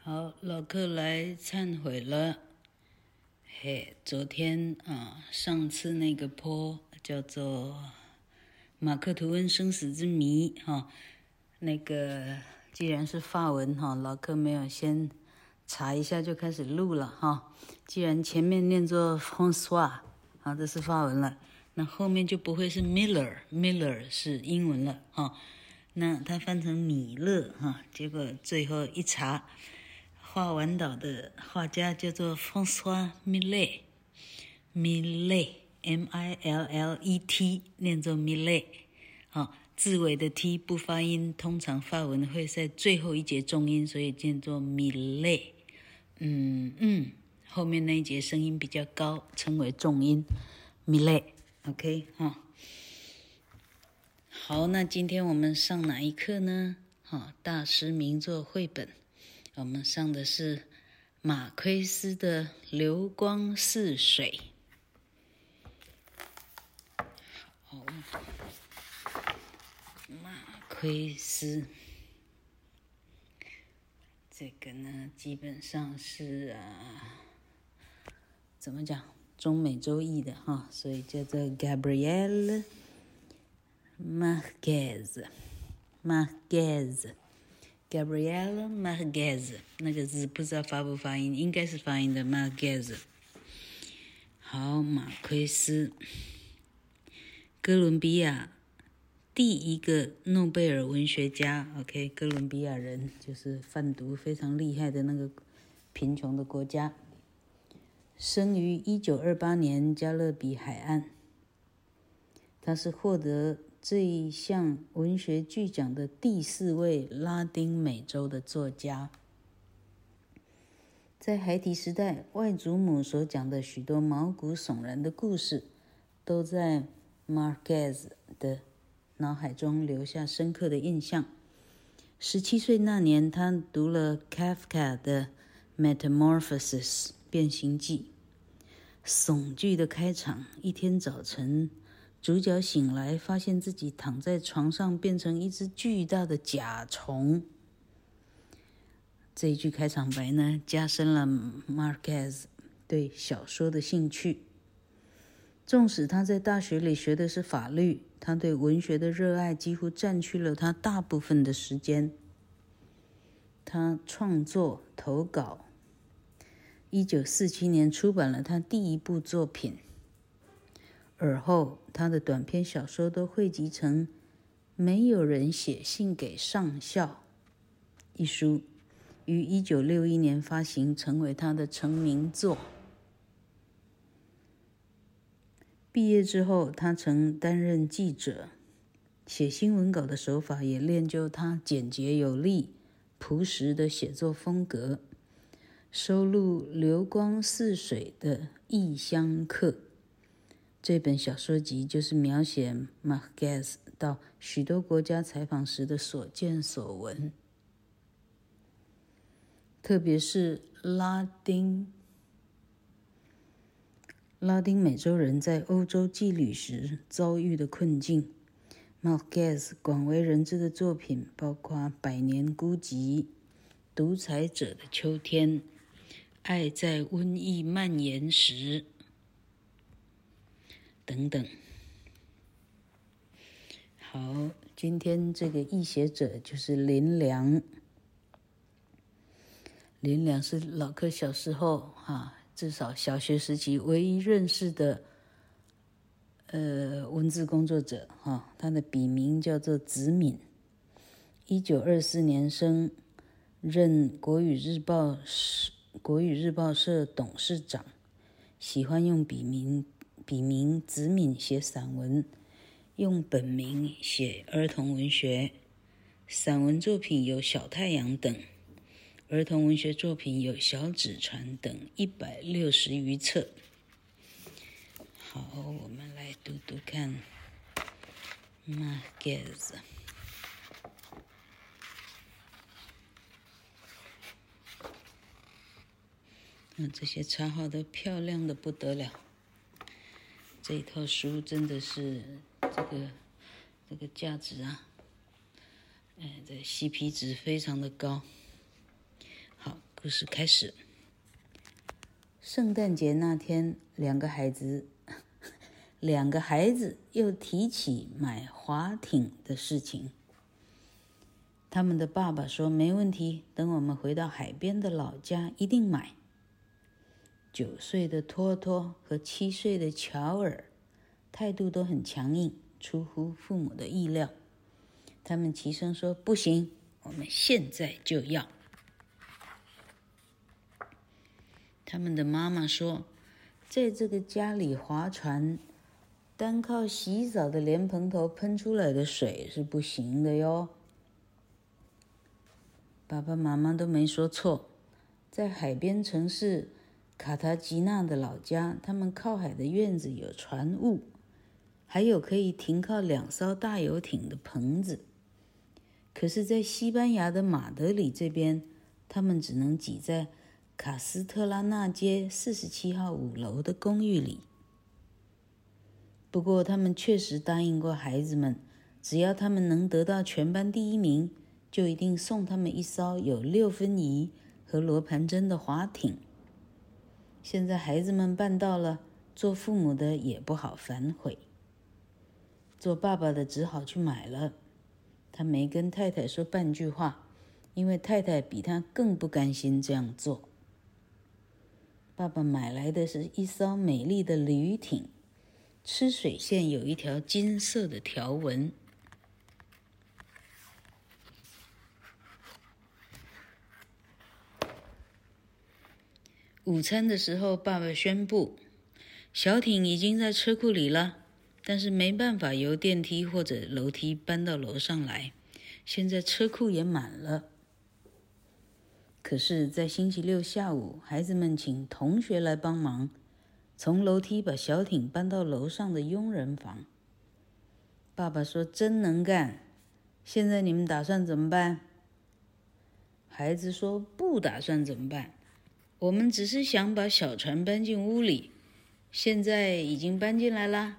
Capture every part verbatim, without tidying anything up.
好，老客来忏悔了。嘿，昨天啊，上次那个坡叫做马克吐温生死之谜哈，那个既然是法文哈，老客没有先查一下就开始录了哈。既然前面念作 François 啊，这是法文了，那后面就不会是 Miller，Miller 是英文了哈。那他翻成米勒哈，结果最后一查。画完岛的画家叫做 François Millet，Millet，M I L L E T， 念作 Millet， 好，字尾的 T 不发音，通常法文会在最后一节重音，所以念作 Millet。嗯嗯，后面那一节声音比较高，称为重音 Millet。OK 哈，好，那今天我们上哪一课呢？哈，大师名作绘本。我们上的是马奎斯的《流光似水》。好，马奎斯这个呢，基本上是啊，怎么讲？中美洲裔的哈，所以叫做 Gabriel Marquez，Marquez。Gabriela Marquez， 那个字不知道发不发音，应该是发音的 Marquez。好，马奎斯，哥伦比亚第一个诺贝尔文学家。OK， 哥伦比亚人就是贩毒非常厉害的那个贫穷的国家。生于一九二八年加勒比海岸，他是获得这一项文学巨奖的第四位拉丁美洲的作家。在孩提时代，外祖母所讲的许多毛骨悚然的故事，都在 Marquez 的脑海中留下深刻的印象。十七岁那年，他读了 Kafka 的 Metamorphosis 变形记。悚剧的开场，一天早晨，主角醒来，发现自己躺在床上，变成一只巨大的甲虫。这一句开场白呢，加深了 Marquez 对小说的兴趣。纵使他在大学里学的是法律，他对文学的热爱几乎占据了他大部分的时间。他创作、投稿。一九四七年出版了他第一部作品。而后他的短篇小说都汇集成《没有人写信给上校》一书，于一九六一年发行，成为他的成名作。毕业之后，他曾担任记者，写新闻稿的手法也练就他简洁有力、朴实的写作风格。收录《流光似水》的《异乡客》这本小说集，就是描写 Marquez 到许多国家采访时的所见所闻，特别是拉丁拉丁美洲人在欧洲寄旅时遭遇的困境。Marquez 广为人知的作品包括《百年孤寂》、《独裁者的秋天》、《爱在瘟疫蔓延时》等等。好，今天这个译写者就是林良。林良是老客小时候哈，至少小学时期唯一认识的呃文字工作者哈，他的笔名叫做子敏。一九二四年生，任国语日报国语日报社董事长，喜欢用笔名笔名子敏写散文，用本名写儿童文学。散文作品有《小太阳》等，儿童文学作品有《小纸船》等一百六十余册。好，我们来读读看 Marquez。嗯，这些插画都漂亮的不得了。这一套书真的是这个这个价值啊，哎，这 C P 值非常的高。好， 故事开始。圣诞节那天，两个孩子，两个孩子又提起买滑艇的事情。他们的爸爸说：“没问题，等我们回到海边的老家，一定买。”九岁的托托和七岁的乔尔态度都很强硬，出乎父母的意料。他们齐声说：“不行，我们现在就要。”他们的妈妈说：“在这个家里划船，单靠洗澡的莲蓬头喷出来的水是不行的哟。”爸爸妈妈都没说错，在海边城市卡塔吉纳的老家，他们靠海的院子有船坞，还有可以停靠两艘大游艇的棚子。可是在西班牙的马德里这边，他们只能挤在卡斯特拉纳街四十七号五楼的公寓里。不过他们确实答应过孩子们，只要他们能得到全班第一名，就一定送他们一艘有六分仪和罗盘针的滑艇。现在孩子们办到了，做父母的也不好反悔。做爸爸的只好去买了。他没跟太太说半句话，因为太太比他更不甘心这样做。爸爸买来的是一艘美丽的旅艇，吃水线有一条金色的条纹。午餐的时候，爸爸宣布，小艇已经在车库里了，但是没办法由电梯或者楼梯搬到楼上来，现在车库也满了。可是在星期六下午，孩子们请同学来帮忙，从楼梯把小艇搬到楼上的佣人房。爸爸说：“真能干，现在你们打算怎么办？”孩子说：“不打算怎么办，我们只是想把小船搬进屋里，现在已经搬进来啦。”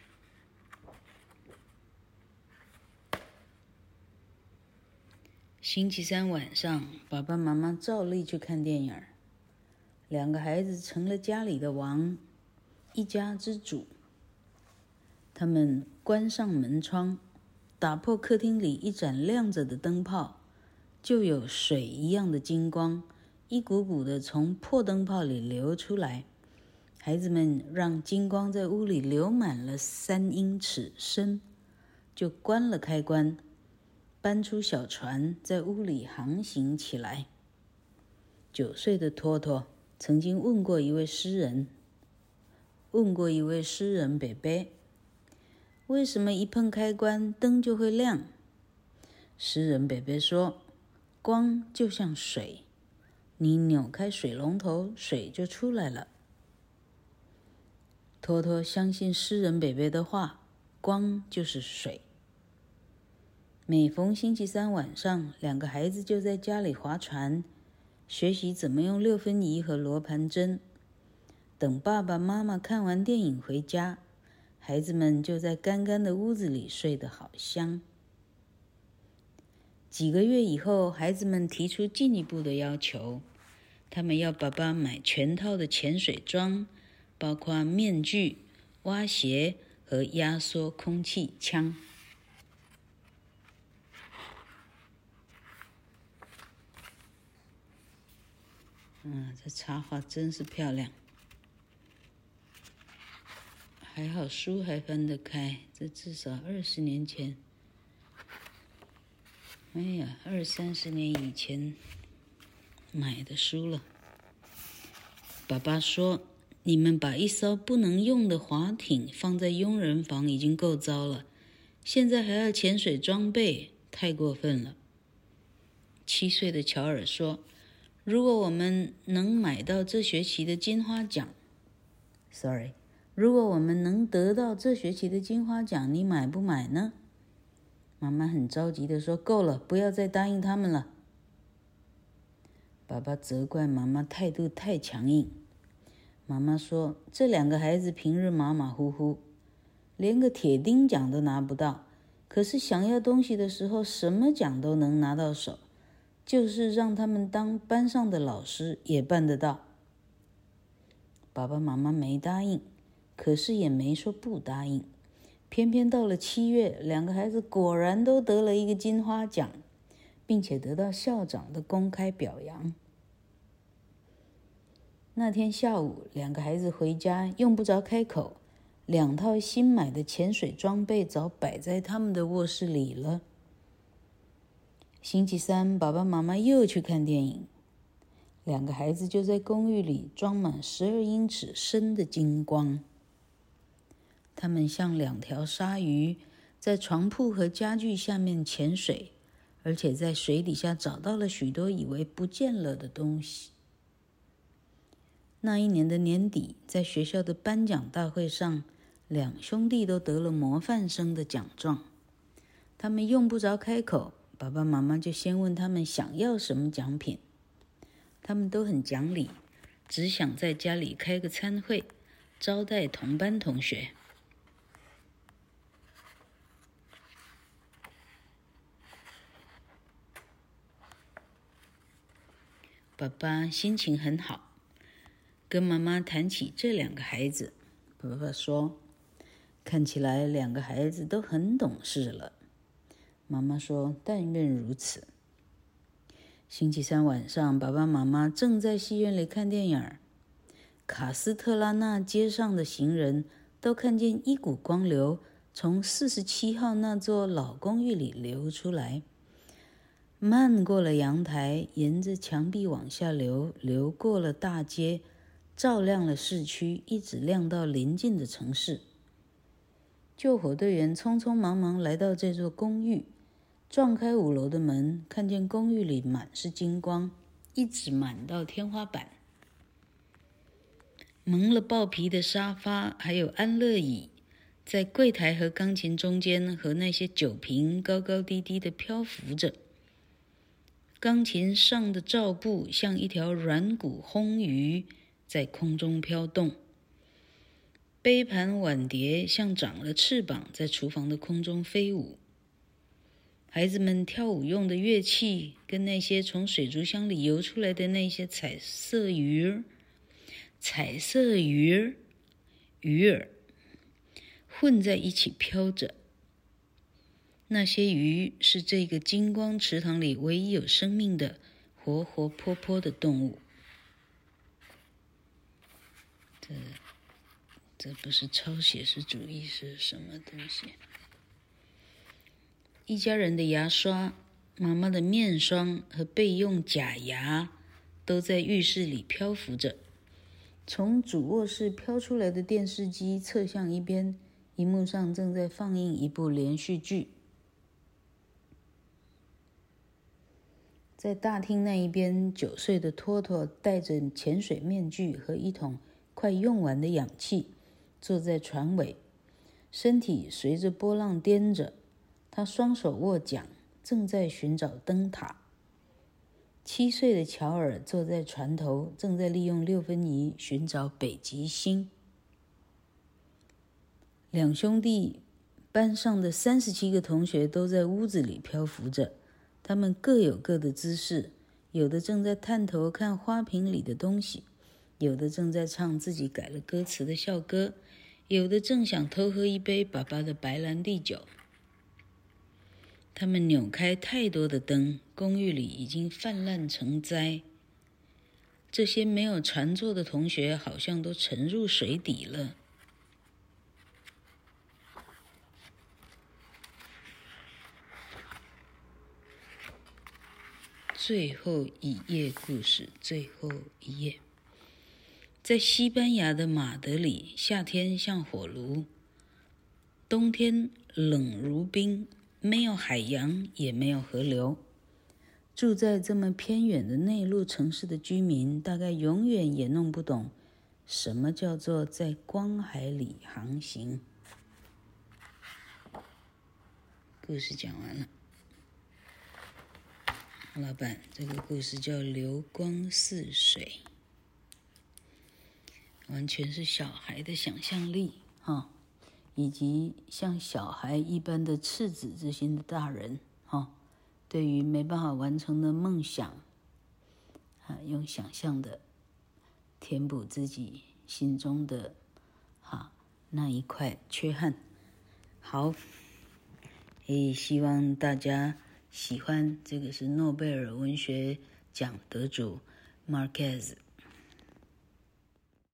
星期三晚上，爸爸妈妈照例去看电影。两个孩子成了家里的王，一家之主。他们关上门窗，打破客厅里一盏亮着的灯泡，就有水一样的金光，一股股的从破灯泡里流出来。孩子们让金光在屋里流满了三英尺深，就关了开关，搬出小船，在屋里航行起来。九岁的托托曾经问过一位诗人，问过一位诗人北北，为什么一碰开关灯就会亮？诗人北北说，光就像水，你扭开水龙头，水就出来了。托托相信诗人北北的话，光就是水。每逢星期三晚上，两个孩子就在家里划船，学习怎么用六分仪和罗盘针。等爸爸妈妈看完电影回家，孩子们就在干干的屋子里睡得好香。几个月以后，孩子们提出进一步的要求，他们要爸爸买全套的潜水装，包括面具、蛙鞋和压缩空气枪。嗯，这插画真是漂亮，还好书还翻得开，这至少二十年前，哎呀，二三十年以前买的书了。爸爸说，你们把一艘不能用的划艇放在佣人房已经够糟了，现在还要潜水装备，太过分了。七岁的乔尔说，如果我们能买到这学期的金花奖 ，sorry， 如果我们能得到这学期的金花奖，你买不买呢？妈妈很着急地说，够了，不要再答应他们了。爸爸责怪妈妈态度太强硬。妈妈说，这两个孩子平日马马虎虎，连个铁钉奖都拿不到，可是想要东西的时候，什么奖都能拿到手。 就是让他们当班上的老师也办得到。爸爸妈妈没答应，可是也没说不答应。偏偏到了七月，两个孩子果然都得了一个金花奖，并且得到校长的公开表扬。那天下午，两个孩子回家用不着开口，两套新买的潜水装备早摆在他们的卧室里了。星期三，爸爸妈妈又去看电影，两个孩子就在公寓里装满十二英尺深的金光。他们像两条鲨鱼，在床铺和家具下面潜水，而且在水底下找到了许多以为不见了的东西。那一年的年底，在学校的颁奖大会上，两兄弟都得了模范生的奖状。他们用不着开口，爸爸妈妈就先问他们想要什么奖品。他们都很讲理，只想在家里开个餐会，招待同班同学。爸爸心情很好，跟妈妈谈起这两个孩子。爸爸说，看起来两个孩子都很懂事了。妈妈说，但愿如此。星期三晚上，爸爸妈妈正在戏院里看电影。卡斯特拉纳街上的行人都看见一股光流从四十七号那座老公寓里流出来，漫过了阳台，沿着墙壁往下流，流过了大街，照亮了市区，一直亮到邻近的城市。救火队员匆匆忙忙来到这座公寓，撞开五楼的门，看见公寓里满是金光，一直满到天花板。蒙了豹皮的沙发还有安乐椅，在柜台和钢琴中间和那些酒瓶高高低低地漂浮着。钢琴上的罩布像一条软骨红鱼，在空中飘动。杯盘碗碟像长了翅膀，在厨房的空中飞舞。孩子们跳舞用的乐器跟那些从水族箱里游出来的那些彩色鱼儿彩色鱼儿鱼儿混在一起飘着。那些鱼是这个金光池塘里唯一有生命的活活泼泼的动物。这这不是超写实主义是什么东西？一家人的牙刷、妈妈的面霜和备用假牙都在浴室里漂浮着。从主卧室飘出来的电视机侧向一边，荧幕上正在放映一部连续剧。在大厅那一边，九岁的托托戴着潜水面具和一桶快用完的氧气，坐在船尾，身体随着波浪颠着。他双手握桨，正在寻找灯塔。七岁的乔尔坐在船头，正在利用六分仪寻找北极星。两兄弟班上的三十七个同学都在屋子里漂浮着，他们各有各的姿势，有的正在探头看花瓶里的东西，有的正在唱自己改了歌词的校歌，有的正想偷喝一杯爸爸的白兰地酒。他们扭开太多的灯，公寓里已经泛滥成灾。这些没有船座的同学好像都沉入水底了。最后一页故事，最后一页。在西班牙的马德里，夏天像火炉，冬天冷如冰，没有海洋，也没有河流。住在这么偏远的内陆城市的居民，大概永远也弄不懂什么叫做在光海里航行。故事讲完了。老板，这个故事叫流光似水，完全是小孩的想象力哈，以及像小孩一般的赤子之心的大人哈，对对于没办法完成的梦想，啊，用想象的填补自己心中的啊那一块缺憾。好，也希望大家喜欢。这个是诺贝尔文学奖得主 Marquez